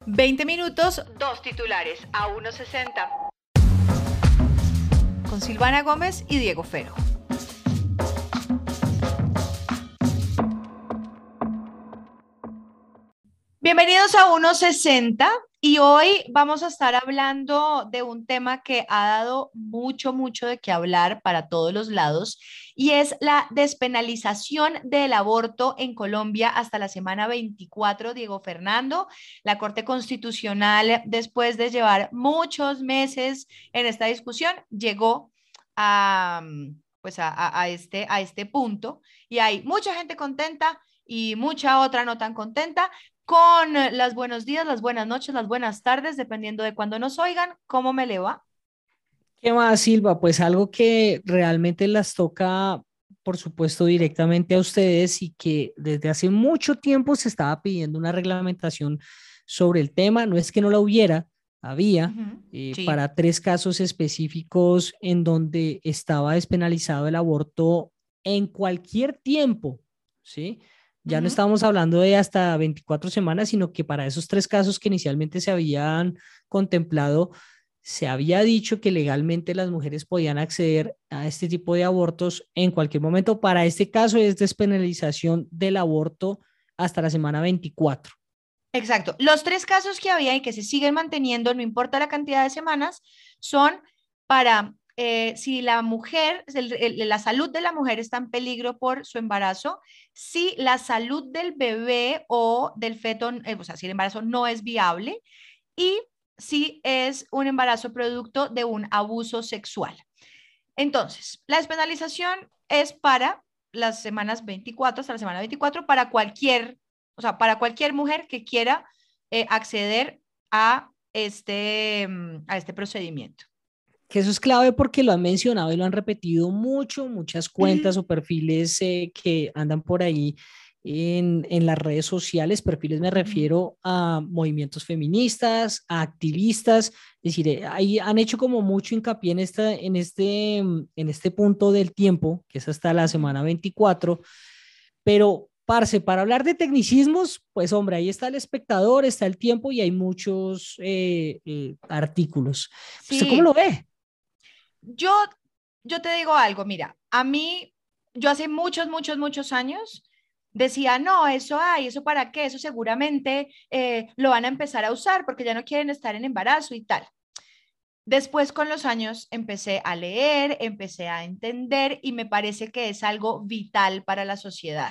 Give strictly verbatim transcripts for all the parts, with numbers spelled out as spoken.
veinte minutos, dos titulares a uno sesenta. Con Silvana Gómez y Diego Fero. Bienvenidos a uno sesenta y hoy vamos a estar hablando de un tema que ha dado mucho, mucho de qué hablar para todos los lados y es la despenalización del aborto en Colombia hasta la semana veinticuatro. Diego Fernando, la Corte Constitucional, después de llevar muchos meses en esta discusión, llegó a, pues a, a, a este, a este punto y hay mucha gente contenta y mucha otra no tan contenta. Con las buenos días, las buenas noches, las buenas tardes, dependiendo de cuándo nos oigan. ¿Cómo me le va? ¿Qué más, Silva? Pues algo que realmente las toca, por supuesto, directamente a ustedes y que desde hace mucho tiempo se estaba pidiendo una reglamentación sobre el tema. No es que no la hubiera, había Ujú. eh, Sí. para tres casos específicos en donde estaba despenalizado el aborto en cualquier tiempo, ¿sí? Ya no Ujú. estábamos hablando de hasta veinticuatro semanas, sino que para esos tres casos que inicialmente se habían contemplado, se había dicho que legalmente las mujeres podían acceder a este tipo de abortos en cualquier momento. Para este caso es despenalización del aborto hasta la semana veinticuatro. Exacto. Los tres casos que había y que se siguen manteniendo, no importa la cantidad de semanas, son para eh, si la mujer, el- el- la salud de la mujer está en peligro por su embarazo, si la salud del bebé o del feto, eh, o sea, si el embarazo no es viable y si es un embarazo producto de un abuso sexual. Entonces, la despenalización es para las semanas veinticuatro, hasta la semana veinticuatro, para cualquier, o sea, para cualquier mujer que quiera eh, acceder a este, mm, a este procedimiento. Que eso es clave porque lo han mencionado y lo han repetido mucho, muchas cuentas o perfiles eh, que andan por ahí en, en las redes sociales. Perfiles me Ujú. refiero a movimientos feministas, a activistas, es decir, eh, ahí han hecho como mucho hincapié en, esta, en, este, mm, en este punto del tiempo, que es hasta la Ujú. semana veinticuatro, pero parce, para hablar de tecnicismos, pues hombre, ahí está el espectador, está el tiempo y hay muchos eh, eh, artículos. ¿Usted cómo lo Sí, ve? yo, yo te digo algo, mira, a mí, yo hace muchos, muchos, muchos años decía, no, eso hay, eso para qué, eso seguramente eh, lo van a empezar a usar porque ya no quieren estar en embarazo y tal. Después, con los años, empecé a leer, empecé a entender y me parece que es algo vital para la sociedad.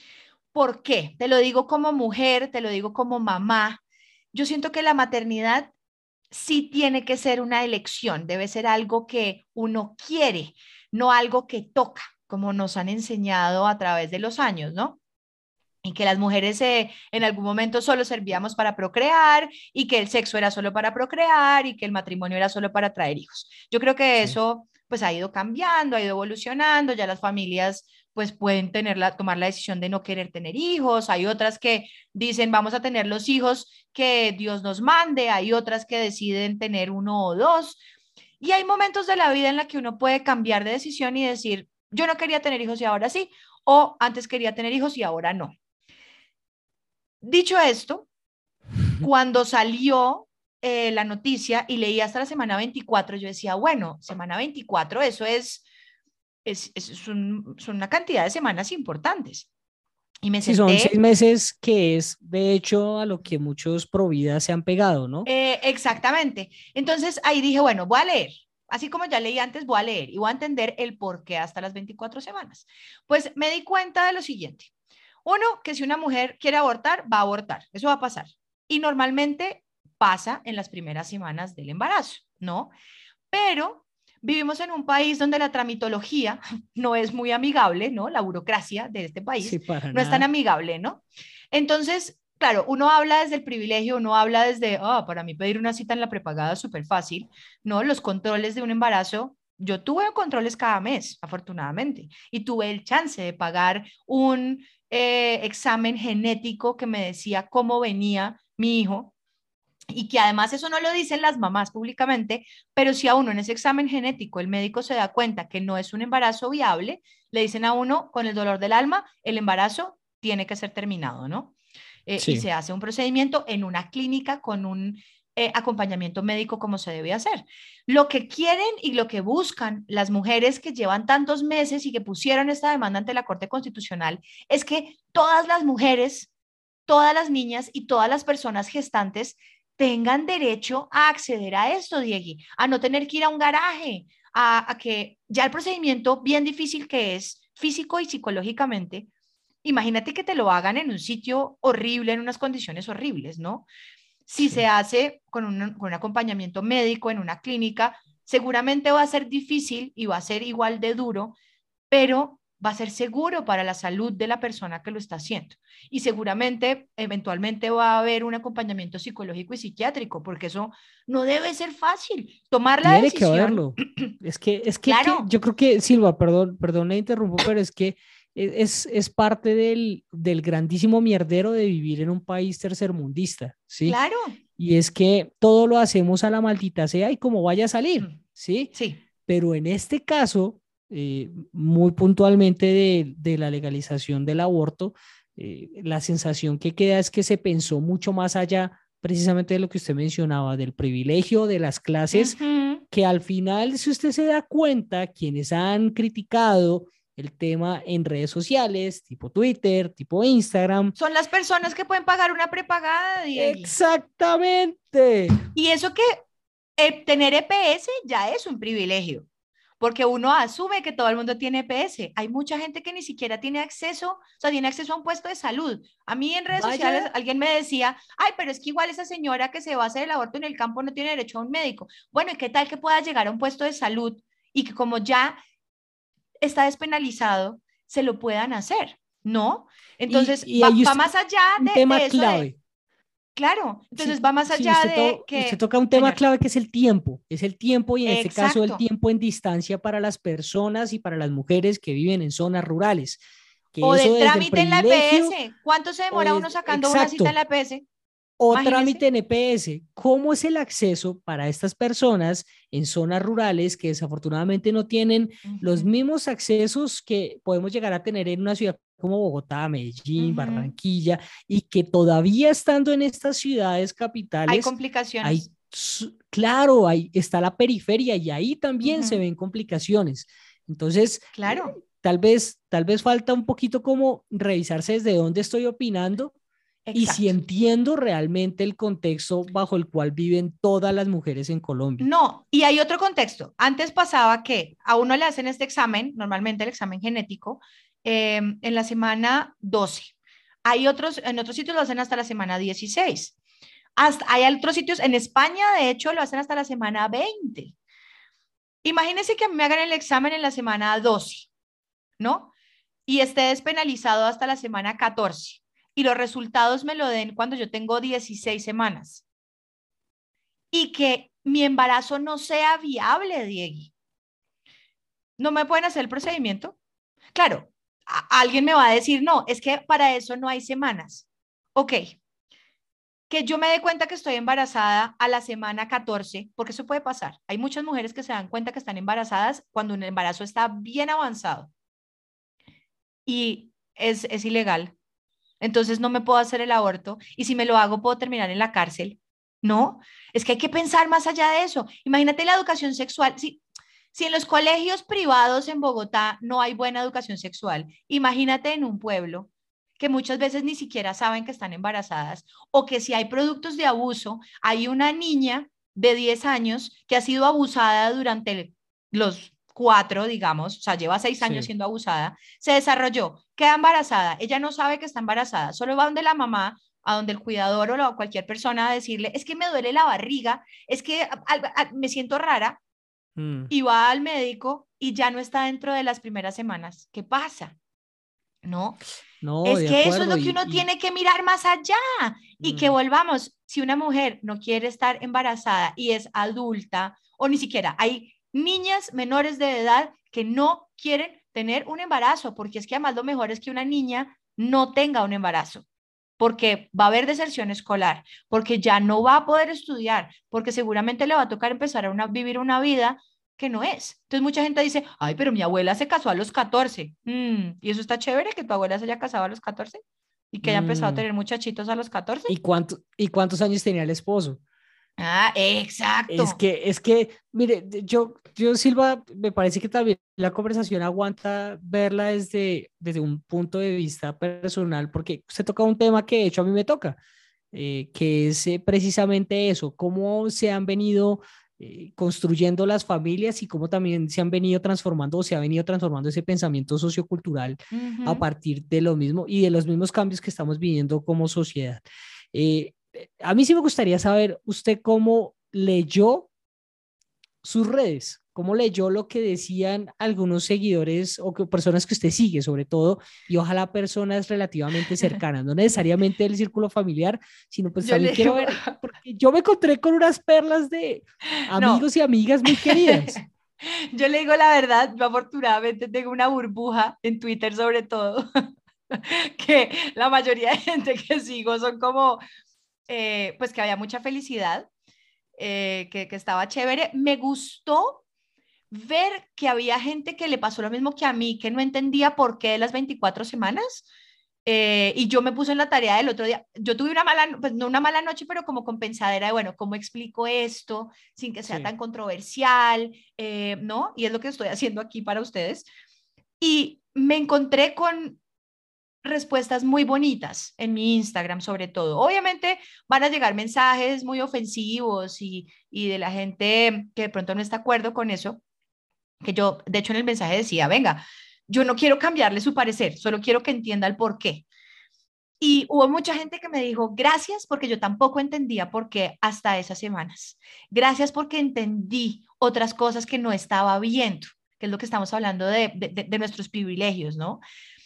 ¿Por qué? Te lo digo como mujer, te lo digo como mamá. Yo siento que la maternidad sí tiene que ser una elección, debe ser algo que uno quiere, no algo que toca, como nos han enseñado a través de los años, ¿no? Y que las mujeres eh, en algún momento solo servíamos para procrear y que el sexo era solo para procrear y que el matrimonio era solo para traer hijos. Yo creo que Sí. eso pues ha ido cambiando, ha ido evolucionando, ya las familias pues pueden tener la, tomar la decisión de no querer tener hijos, hay otras que dicen vamos a tener los hijos que Dios nos mande, hay otras que deciden tener uno o dos y hay momentos de la vida en la que uno puede cambiar de decisión y decir yo no quería tener hijos y ahora sí, o antes quería tener hijos y ahora no. Dicho esto, cuando salió eh, la noticia y leí hasta la semana veinticuatro, yo decía, bueno, semana veinticuatro, eso es, es, es un, son una cantidad de semanas importantes. Y me Sí, son seis senté, meses que es de hecho a lo que muchos pro vida se han pegado, ¿no? eh, exactamente. Entonces ahí dije, bueno, voy a leer. Así como ya leí antes, voy a leer y voy a entender el por qué hasta las veinticuatro semanas. Pues me di cuenta de lo siguiente. Uno, que si una mujer quiere abortar, va a abortar. Eso va a pasar. Y normalmente pasa en las primeras semanas del embarazo, ¿no? Pero vivimos en un país donde la tramitología no es muy amigable, ¿no? La burocracia de este Sí, país para no es tan nada. amigable, ¿no? Entonces, claro, uno habla desde el privilegio, uno habla desde, ah, oh, para mí pedir una cita en la prepagada es súper fácil, ¿no? Los controles de un embarazo, yo tuve controles cada mes, afortunadamente, y tuve el chance de pagar un eh, examen genético que me decía cómo venía mi hijo y que además eso no lo dicen las mamás públicamente, pero si a uno en ese examen genético el médico se da cuenta que no es un embarazo viable, le dicen a uno con el dolor del alma, el embarazo tiene que ser terminado, ¿no? eh, y Sí. se hace un procedimiento en una clínica con un eh, acompañamiento médico como se debe hacer. Lo que quieren y lo que buscan las mujeres que llevan tantos meses y que pusieron esta demanda ante la Corte Constitucional es que todas las mujeres, todas las niñas y todas las personas gestantes tengan derecho a acceder a esto, Diegui, a no tener que ir a un garaje, a, a que ya el procedimiento, bien difícil que es físico y psicológicamente, imagínate que te lo hagan en un sitio horrible, en unas condiciones horribles, ¿no? Si Sí. se hace con un, con un acompañamiento médico en una clínica, seguramente va a ser difícil y va a ser igual de duro, pero va a ser seguro para la salud de la persona que lo está haciendo. Y seguramente, eventualmente va a haber un acompañamiento psicológico y psiquiátrico, porque eso no debe ser fácil. Tomar la Tiene que decisión, haberlo. Es que, es que, que claro, yo creo que, Silva, perdón, perdón, le interrumpo, pero es que e- es, es parte del, del grandísimo mierdero de vivir en un país tercermundista, ¿sí? claro. Y es que todo lo hacemos a la maldita sea y como vaya a salir, Mm, ¿sí? sí. Pero en este caso, eh, muy puntualmente de, de la legalización del aborto, eh, la sensación que queda es que se pensó mucho más allá precisamente de lo que usted mencionaba, del privilegio de las clases, Ujú. que al final, si usted se da cuenta, quienes han criticado el tema en redes sociales, tipo Twitter, tipo Instagram, Son las personas que pueden pagar una prepagada, Diegui. exactamente. Y eso que eh, tener E P S ya es un privilegio, porque uno asume que todo el mundo tiene E P S. Hay mucha gente que ni siquiera tiene acceso, o sea, tiene acceso a un puesto de salud. A mí en redes sociales Vaya, alguien me decía, ay, pero es que igual esa señora que se va a hacer el aborto en el campo no tiene derecho a un médico. Bueno, ¿y qué tal que pueda llegar a un puesto de salud y que como ya está despenalizado, se lo puedan hacer? ¿No? y, Entonces, y va, ahí va usted más allá un de, tema de eso de, clave. claro, entonces va Sí, más sí, allá usted, de to- usted que, toca un tema señor, clave que es el tiempo, es el tiempo y en este caso el exacto. tiempo en distancia para las personas y para las mujeres que viven en zonas rurales, O que eso del desde el trámite en la privilegio E P S. ¿Cuánto se o demora uno desde, sacando una cita en exacto, la E P S? o trámite Imagínese. en E P S. ¿Cómo es el acceso para estas personas en zonas rurales que desafortunadamente no tienen los Ujú, mismos accesos que podemos llegar a tener en una ciudad como Bogotá, Medellín, ujú. Barranquilla, y que todavía estando en estas ciudades Hay capitales, hay, complicaciones. claro, ahí está la periferia y ahí también se Ujú, ven complicaciones. Entonces, eh, claro, tal vez, tal vez falta un poquito como revisarse desde dónde estoy opinando y si exacto. entiendo realmente el contexto bajo el cual viven todas las mujeres en Colombia. No, y hay otro contexto. Antes pasaba que a uno le hacen este examen, normalmente el examen genético, eh, en la semana doce. Hay otros, en otros sitios lo hacen hasta la semana dieciséis. Hasta, hay otros sitios, en España, de hecho, lo hacen hasta la semana veinte. Imagínense que a mí me hagan el examen en la semana doce, ¿no? Y esté despenalizado hasta la semana catorce y los resultados me lo den cuando yo tengo dieciséis semanas y que mi embarazo no sea viable, Diego. ¿No me pueden hacer el procedimiento? Claro, a- alguien me va a decir, no, es que para eso no hay semanas. Ok, que yo me dé cuenta que estoy embarazada a la semana catorce, porque eso puede pasar. Hay muchas mujeres que se dan cuenta que están embarazadas cuando un embarazo está bien avanzado y es, es ilegal. Entonces no me puedo hacer el aborto y si me lo hago puedo terminar en la cárcel. No, es que hay que pensar más allá de eso. Imagínate la educación sexual. Si, si en los colegios privados en Bogotá no hay buena educación sexual, imagínate en un pueblo que muchas veces ni siquiera saben que están embarazadas o que si hay productos de abuso, hay una niña de diez años que ha sido abusada durante los cuatro, digamos, o sea, lleva seis años Sí, siendo abusada, se desarrolló, queda embarazada, ella no sabe que está embarazada, solo va donde la mamá, a donde el cuidador o cualquier persona a decirle, es que me duele la barriga, es que a, a, a, me siento rara, mm, y va al médico y ya no está dentro de las primeras semanas. ¿Qué pasa? ¿No? no, Es de que eso es acuerdo. lo que Y, uno y tiene que mirar más allá y que mm, volvamos, si una mujer no quiere estar embarazada y es adulta o ni siquiera hay niñas menores de edad que no quieren tener un embarazo, porque es que además lo mejor es que una niña no tenga un embarazo, porque va a haber deserción escolar, porque ya no va a poder estudiar, porque seguramente le va a tocar empezar a una, vivir una vida que no es. Entonces mucha gente dice, ay, pero mi abuela se casó a los catorce. Mm, ¿y eso está chévere que tu abuela se haya casado a los catorce? y que haya empezado a Mm. tener muchachitos a los catorce. ¿Y cuánto, y cuántos años tenía el esposo? Ah, Es exacto. que, es que, mire, yo, yo, Silva, me parece que también la conversación aguanta verla desde, desde un punto de vista personal, porque usted toca un tema que de hecho a mí me toca, eh, que es eh, precisamente eso, cómo se han venido eh, construyendo las familias y cómo también se han venido transformando o se ha venido transformando ese pensamiento sociocultural a Ujú. partir de lo mismo y de los mismos cambios que estamos viviendo como sociedad. Eh, a mí sí me gustaría saber usted cómo leyó sus redes, cómo leyó lo que decían algunos seguidores o que, personas que usted sigue sobre todo, y ojalá personas relativamente cercanas, no necesariamente del círculo familiar, sino pues Yo también le quiero digo, ver, porque yo me encontré con unas perlas de no, amigos y amigas muy queridas. yo le digo la verdad, yo afortunadamente tengo una burbuja en Twitter sobre todo, que la mayoría de gente que sigo son como, eh, pues que había mucha felicidad, eh, que, que estaba chévere. Me gustó ver que había gente que le pasó lo mismo que a mí, que no entendía por qué las veinticuatro semanas. Eh, y yo me puse en la tarea del otro día. Yo tuve una mala, pues no una mala noche, pero como con pensadera de, bueno, ¿cómo explico esto sin que sea Sí. tan controversial? Eh, ¿no? Y es lo que estoy haciendo aquí para ustedes. Y me encontré con respuestas muy bonitas en mi Instagram, sobre todo. Obviamente van a llegar mensajes muy ofensivos y, y de la gente que de pronto no está de acuerdo con eso, que yo, de hecho, en el mensaje decía, venga, yo no quiero cambiarle su parecer, solo quiero que entienda el por qué. Y hubo mucha gente que me dijo, gracias porque yo tampoco entendía por qué hasta esas semanas. Gracias porque entendí otras cosas que no estaba viendo, que es lo que estamos hablando de, de, de nuestros privilegios, ¿no?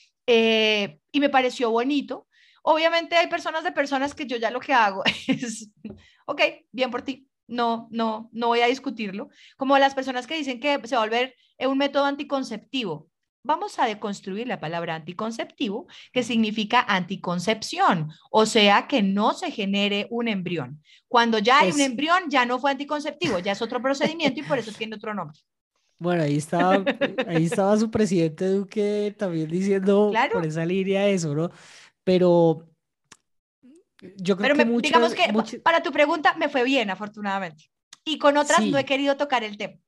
Eh, y me pareció bonito. Obviamente hay personas de personas que yo ya lo que hago es, ok, bien por ti, no, no, no voy a discutirlo. Como las personas que dicen que se va a volver un método anticonceptivo. Vamos a deconstruir la palabra anticonceptivo, que significa anticoncepción, o sea, que no se genere un embrión. Cuando ya hay un Pues embrión, ya no fue anticonceptivo, ya es otro procedimiento y por eso tiene otro nombre. bueno, ahí estaba, ahí estaba su presidente Duque también diciendo por Claro, esa línea eso, ¿no? Pero yo creo pero que me, digamos muchas, que muchas, para tu pregunta me fue bien, afortunadamente. Y con otras no he sí. querido tocar el tema.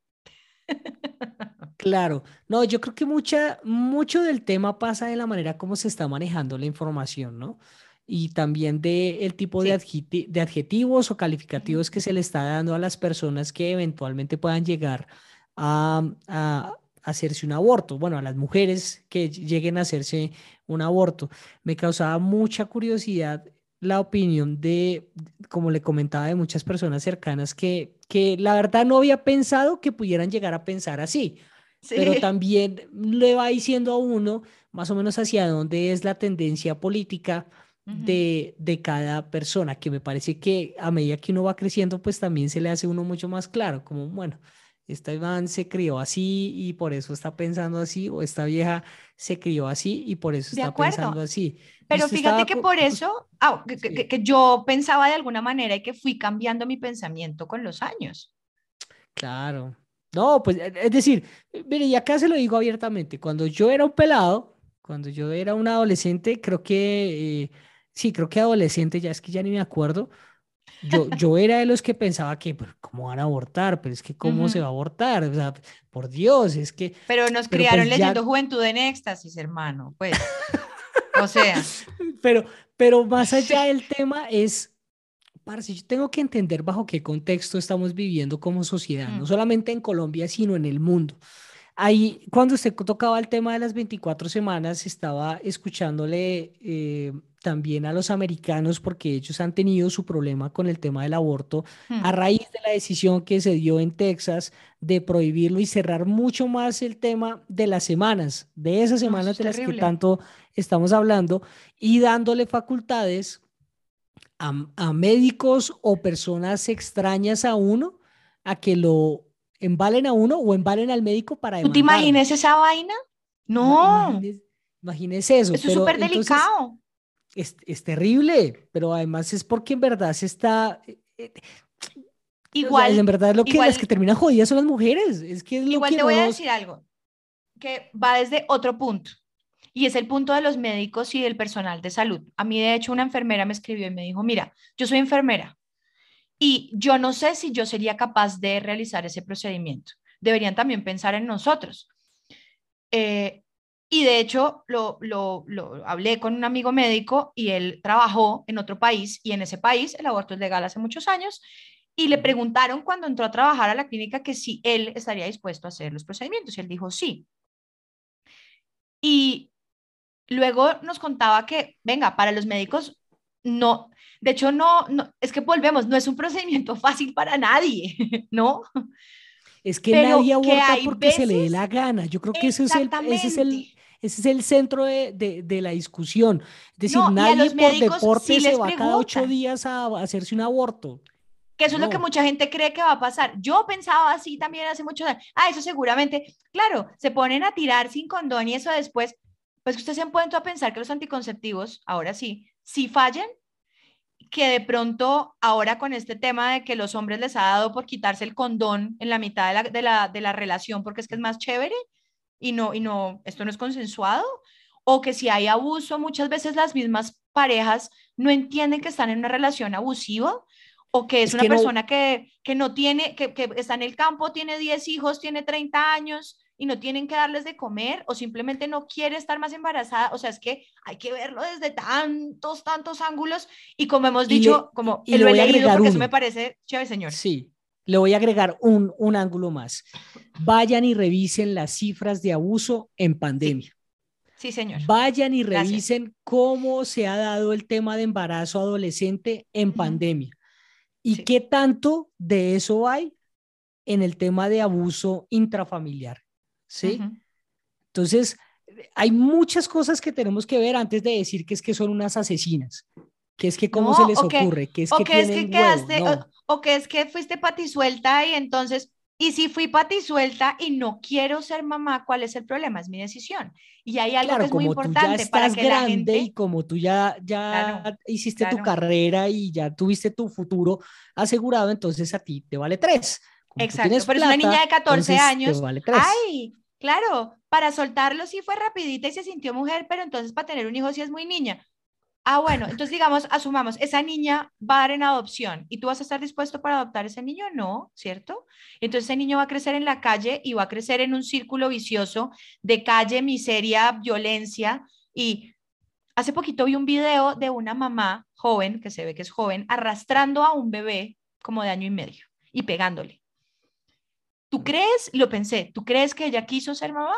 Claro, no, yo creo que mucha, mucho del tema pasa de la manera como se está manejando la información, ¿no? Y también de el tipo de, Sí. adjeti- de adjetivos o Ujú. calificativos que se le está dando a las personas que eventualmente puedan llegar a, a hacerse un aborto. Bueno, a las mujeres que lleguen a hacerse un aborto. Me causaba mucha curiosidad la opinión de, como le comentaba, de muchas personas cercanas que, que la verdad no había pensado que pudieran llegar a pensar así, pero Sí. también le va diciendo a uno más o menos hacia dónde es la tendencia política Ujú. de, de cada persona, que me parece que a medida que uno va creciendo, pues también se le hace a uno mucho más claro, como, bueno, esta Iván se crió así y por eso está pensando así, o esta vieja se crió así y por eso De está pensando acuerdo. así. Y Pero usted fíjate estaba, que co- por us- eso, ah, que, que- sí, que yo pensaba de alguna manera y que fui cambiando mi pensamiento con los años. claro. No, pues e- es decir, eh, mire, y acá se lo digo abiertamente, cuando yo era un pelado, cuando yo era un adolescente, creo que, eh, sí, creo que adolescente, ya es que ya ni me acuerdo, yo, yo era de los que pensaba que, pero ¿cómo van a abortar? Pero es que, ¿cómo se va Ujú. a abortar? O sea, por Dios, es que, Pero nos pero criaron pues leyendo ya, Juventud en Éxtasis, hermano. Pues, o sea, pero, pero más allá del tema es... Parce, yo tengo que entender bajo qué contexto estamos viviendo como sociedad, no mm, solamente en Colombia, sino en el mundo. Ahí, cuando usted tocaba el tema de las veinticuatro semanas, estaba escuchándole eh, también a los americanos porque ellos han tenido su problema con el tema del aborto a mm. raíz de la decisión que se dio en Texas de prohibirlo y cerrar mucho más el tema de las semanas, de esas No, eso semanas es de las que terrible. tanto estamos hablando y dándole facultades a, a médicos o personas extrañas a uno a que lo embalen a uno o embalen al médico para ¿Tú te demandarlo. imaginas esa vaina? Ima- No, Imagínese, imagínese eso, eso es pero súper entonces delicado. es, es terrible, pero además es porque en verdad se está, eh, eh, o sea, en Igual, verdad lo que las que igual, terminan jodidas son las mujeres, es que es lo igual que te no voy a nos... decir algo que va desde otro punto. Y es el punto de los médicos y del personal de salud. A mí, de hecho, una enfermera me escribió y me dijo, mira, yo soy enfermera y yo no sé si yo sería capaz de realizar ese procedimiento. Deberían también pensar en nosotros. Eh, y de hecho, lo, lo, lo hablé con un amigo médico y él trabajó en otro país y en ese país el aborto es legal hace muchos años y le preguntaron cuando entró a trabajar a la clínica que si él estaría dispuesto a hacer los procedimientos y él dijo sí. Y luego nos contaba que, venga, para los médicos no, de hecho no, no, es que volvemos, no es un procedimiento fácil para nadie, ¿no? Es que nadie Pero que aborta hay porque se le dé veces, la gana. Yo creo que ese es el, ese es el, exactamente, ese es el centro de, de, de la discusión. Es decir, no, y a nadie los por médicos deporte sí se les va cada ocho preguntan, días a, a hacerse un aborto. que eso es lo que No. mucha gente cree que va a pasar. Yo pensaba así también hace muchos años, ah, eso seguramente, claro, se ponen a tirar sin condón y eso después, pues ustedes se han puesto a pensar que los anticonceptivos, ahora sí, sí fallan, que de pronto ahora con este tema de que los hombres les ha dado por quitarse el condón en la mitad de la, de la, de la relación porque es que es más chévere y no, y no, esto no es consensuado, o que si hay abuso, muchas veces las mismas parejas no entienden que están en una relación abusiva o que es Es una que no, persona que, que no tiene, que, que está en el campo, tiene diez hijos, tiene treinta años y no tienen que darles de comer o simplemente no quiere estar más embarazada. O sea, es que hay que verlo desde tantos, tantos ángulos y como hemos y le, dicho, y, como y le lo he voy a leído agregar porque eso me uno. parece chévere, señor. Sí, le voy a agregar un, un ángulo más. Vayan y revisen las cifras de abuso en Sí, pandemia. sí, señor. Vayan y Gracias. revisen cómo se ha dado el tema de embarazo adolescente en Uh -huh. pandemia y Sí. qué tanto de eso hay en el tema de abuso intrafamiliar. Uh ¿Sí? -huh. Entonces, hay muchas cosas que tenemos que ver antes de decir que es que son unas asesinas, que es que cómo se No, les o que, ocurre, que es o que que es tienen que huevo. quedaste, No, o, o que es que fuiste patisuelta y entonces, y si fui patisuelta y no quiero ser mamá, ¿cuál es el problema? Es mi decisión. Y hay algo que claro, es muy como tú ya importante para estás que la grande y gente, como tú ya, claro, ya hiciste tu claro, carrera y ya tuviste tu futuro asegurado, entonces a ti te vale tres. Como tú exacto, tienes pero es una niña plata, de catorce entonces te años, vale tres. ay, claro, para soltarlo sí fue rapidita y se sintió mujer, pero entonces para tener un hijo sí es muy niña. Ah, bueno, entonces digamos, asumamos, esa niña va a dar en adopción y tú vas a estar dispuesto para adoptar a ese niño, no, ¿cierto? Entonces ese niño va a crecer en la calle y va a crecer en un círculo vicioso de calle, miseria, violencia. Y hace poquito vi un video de una mamá joven, que se ve que es joven, arrastrando a un bebé como de año y medio y pegándole. ¿Tú crees? Lo pensé, ¿tú crees que ella quiso ser mamá?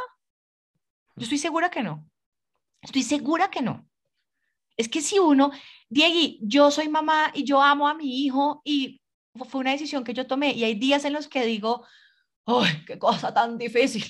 Yo estoy segura que no. Estoy segura que no. Es que si uno, Diegui, yo soy mamá y yo amo a mi hijo y fue una decisión que yo tomé y hay días en los que digo, ¡ay, qué cosa tan difícil!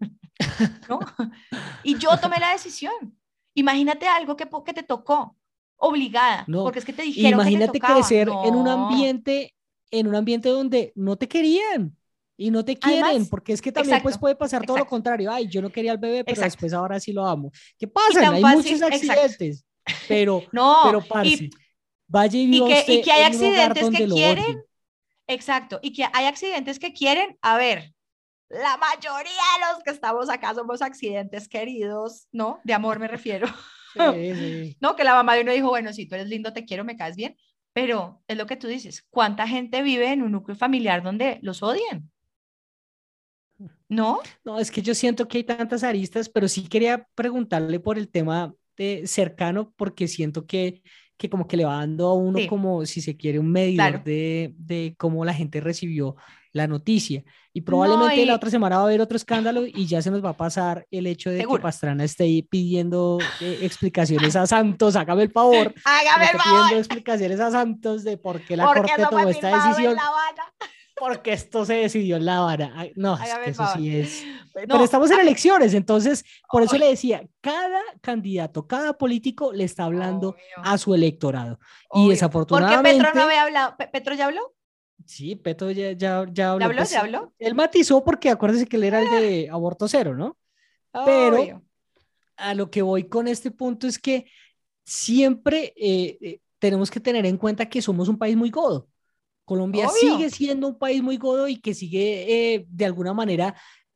¿No? Y yo tomé la decisión. Imagínate algo que, que te tocó, obligada, No, porque es que te dijeron que te imagínate tocaba. crecer en un No. ambiente, en un ambiente donde no te querían y no te quieren, Además, porque es que también pues exacto, puede pasar todo lo exacto, contrario. Ay, yo no quería al bebé, pero exacto. después ahora sí lo amo. ¿Qué Y pasan? tan Hay muchos fácil, exacto. accidentes, pero, No, pero parce, y, vaya y y, viva que, y usted que hay en un hogar accidentes donde que lo quieren, odien. exacto, y que hay accidentes que quieren, a ver, la mayoría de los que estamos acá somos accidentes queridos, ¿no? De amor me refiero. Sí, sí. No, que la mamá de uno dijo, bueno, sí, tú eres lindo, te quiero, me caes bien, pero es lo que tú dices, ¿cuánta gente vive en un núcleo familiar donde los odian? ¿No? No, es que yo siento que hay tantas aristas, pero sí quería preguntarle por el tema de cercano, porque siento que, que como que le va dando a uno Sí, como, si se quiere, un medidor claro. de, de cómo la gente recibió la noticia. Y No, probablemente la y otra semana va a haber otro escándalo y ya se nos va a pasar el hecho de que seguro. Pastrana esté ahí pidiendo eh, explicaciones a Santos, hágame el favor, que le Hágame el esté pidiendo favor, explicaciones a Santos de por qué la porque Corte eso fue tomó esta filmado en decisión, La Habana. porque esto se decidió en La Habana. Ay, no, es Hágame que el eso favor. sí es. Pero No, estamos en a mí, elecciones, entonces por eso oh, le decía, cada candidato, cada político le está hablando obvio, a su electorado. Y obvio. Porque Petro no desafortunadamente, había hablado. ¿Pe- ¿Petro ya habló? sí, Petro ya, ya, ya ¿Ya habló, habló? ¿Ya pues habló? él matizó porque acuérdense que él era el de aborto cero, ¿no? Pero Obvio, a lo que voy con este punto es que siempre eh, eh, tenemos que tener en cuenta que somos un país muy godo. Colombia sigue obvio. siendo un país muy godo y que sigue eh, de alguna manera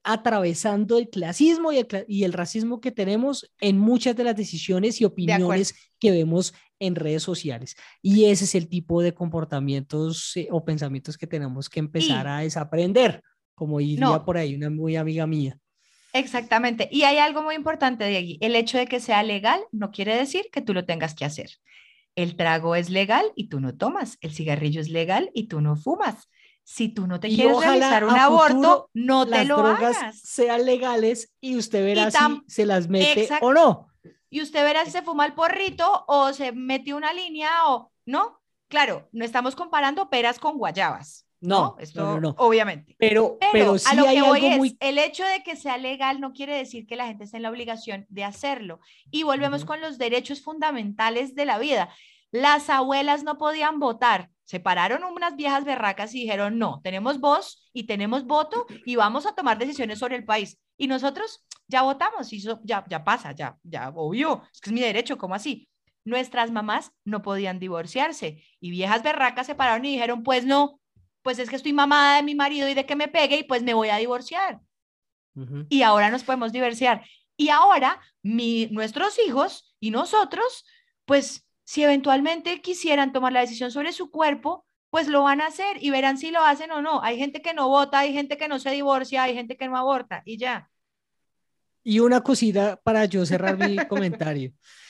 atravesando el clasismo y el, y el racismo que tenemos en muchas de las decisiones y opiniones que vemos en redes sociales. Y ese es el tipo de comportamientos eh, o pensamientos que tenemos que empezar y, a desaprender, como diría no, por ahí una muy amiga mía. Exactamente. Y hay algo muy importante de ahí. El hecho de que sea legal no quiere decir que tú lo tengas que hacer. El trago es legal y tú no tomas. El cigarrillo es legal y tú no fumas. Si tú no te y quieres realizar un aborto, no te lo drogas hagas. Sean legales y usted verá y si se las mete exacto. o no. Y usted verá si se fuma el porrito o se mete una línea o no. Claro, no estamos comparando peras con guayabas. No, ¿no? Esto no, no, no. obviamente. Pero, pero, pero sí a lo hay que voy algo es, muy... el hecho de que sea legal no quiere decir que la gente esté en la obligación de hacerlo. Y volvemos uh-huh. con los derechos fundamentales de la vida. Las abuelas no podían votar. Se pararon unas viejas berracas y dijeron, no, tenemos voz y tenemos voto y vamos a tomar decisiones sobre el país. Y nosotros ya votamos y eso ya, ya pasa, ya, ya, obvio, es que es mi derecho, ¿cómo así? Nuestras mamás no podían divorciarse y viejas berracas se pararon y dijeron, pues no, pues es que estoy mamada de mi marido y de que me pegue y pues me voy a divorciar. Uh-huh. Y ahora nos podemos divorciar. Y ahora mi, nuestros hijos y nosotros, pues si eventualmente quisieran tomar la decisión sobre su cuerpo, pues lo van a hacer y verán si lo hacen o no. Hay gente que no vota, hay gente que no se divorcia, hay gente que no aborta y ya. Y una cosita para yo cerrar mi comentario.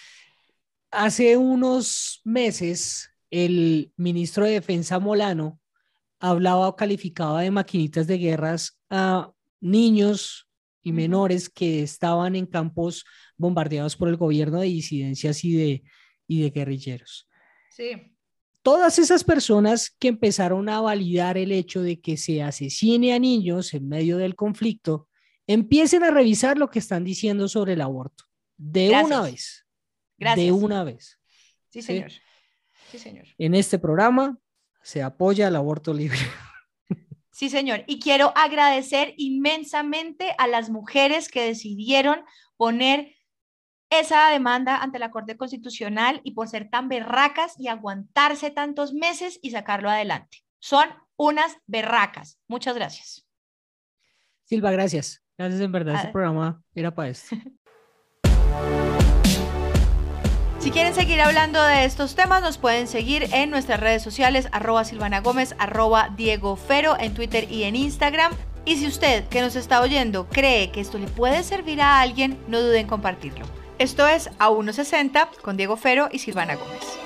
Hace unos meses, el ministro de Defensa Molano hablaba o calificaba de maquinitas de guerras a niños y menores que estaban en campos bombardeados por el gobierno de disidencias y de y de guerrilleros. Sí. Todas esas personas que empezaron a validar el hecho de que se asesine a niños en medio del conflicto, empiecen a revisar lo que están diciendo sobre el aborto. De Gracias. una vez. Gracias. De una vez. Sí, señor. ¿Sí? Sí, señor. En este programa se apoya el aborto libre. Sí, señor. Y quiero agradecer inmensamente a las mujeres que decidieron poner esa demanda ante la Corte Constitucional y por ser tan berracas y aguantarse tantos meses y sacarlo adelante. Son unas berracas. Muchas gracias. Silva, gracias. Gracias, en verdad, este programa era para esto. Si quieren seguir hablando de estos temas, nos pueden seguir en nuestras redes sociales, arroba Silvana Gómez, arroba Diego Fero, en Twitter y en Instagram. Y si usted, que nos está oyendo, cree que esto le puede servir a alguien, no duden en compartirlo. Esto es A uno sesenta con Diego Fero y Silvana Gómez.